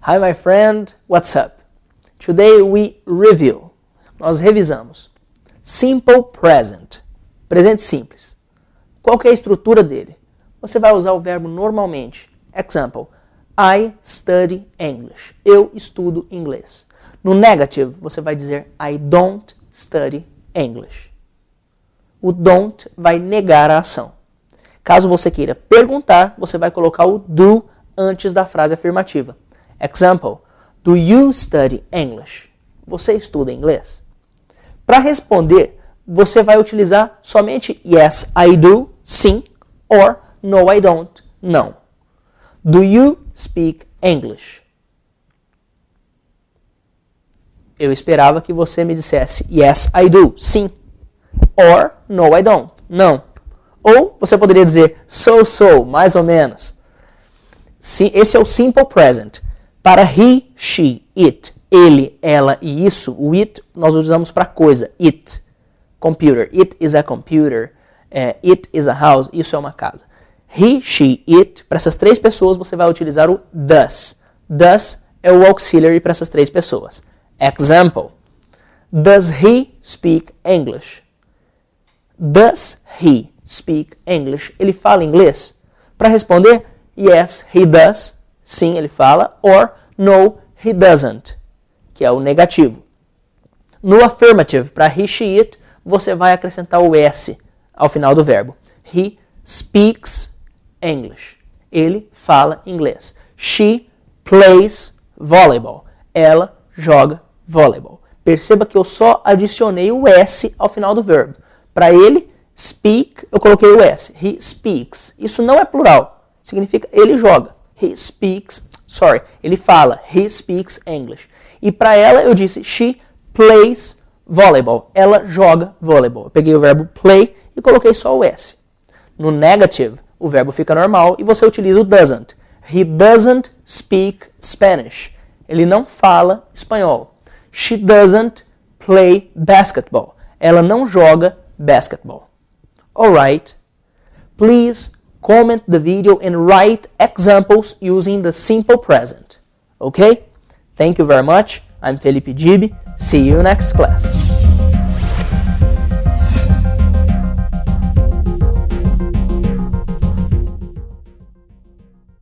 Hi my friend, what's up? Today we review. Nós revisamos. Simple present. Presente simples. Qual que é a estrutura dele? Você vai usar o verbo normalmente. Example. I study English. Eu estudo inglês. No negative, você vai dizer I don't study English. O don't vai negar a ação. Caso você queira perguntar, você vai colocar o do antes da frase afirmativa. Example. Do you study English? Você estuda inglês? Para responder, você vai utilizar somente yes, I do, sim, or no, I don't, não. Do you speak English? Eu esperava que você me dissesse yes, I do, sim, or no, I don't, não. Ou você poderia dizer so, mais ou menos. Esse é o simple present. Para he, she, it, ele, ela e isso, o it nós usamos para coisa. It, computer. It is a computer. It is a house. Isso é uma casa. He, she, it. Para essas três pessoas você vai utilizar o does. Does é o auxiliary para essas três pessoas. Example. Does he speak English? Does he speak English? Ele fala inglês? Para responder, yes, he does. Sim, ele fala. Or no, he doesn't. Que é o negativo. No affirmative, para he, she, it, você vai acrescentar o S ao final do verbo. He speaks English. Ele fala inglês. She plays volleyball. Ela joga volleyball. Perceba que eu só adicionei o S ao final do verbo. Para ele, speak, eu coloquei o S. He speaks. Isso não é plural. Significa ele joga. Ele fala. He speaks English. E para ela eu disse she plays volleyball. Ela joga volleyball. Eu peguei o verbo play e coloquei só o S. No negative, o verbo fica normal e você utiliza o doesn't. He doesn't speak Spanish. Ele não fala espanhol. She doesn't play basketball. Ela não joga basketball. Alright. Please comment the video and write examples using the simple present. Okay? Thank you very much. I'm Felipe Gibi. See you next class.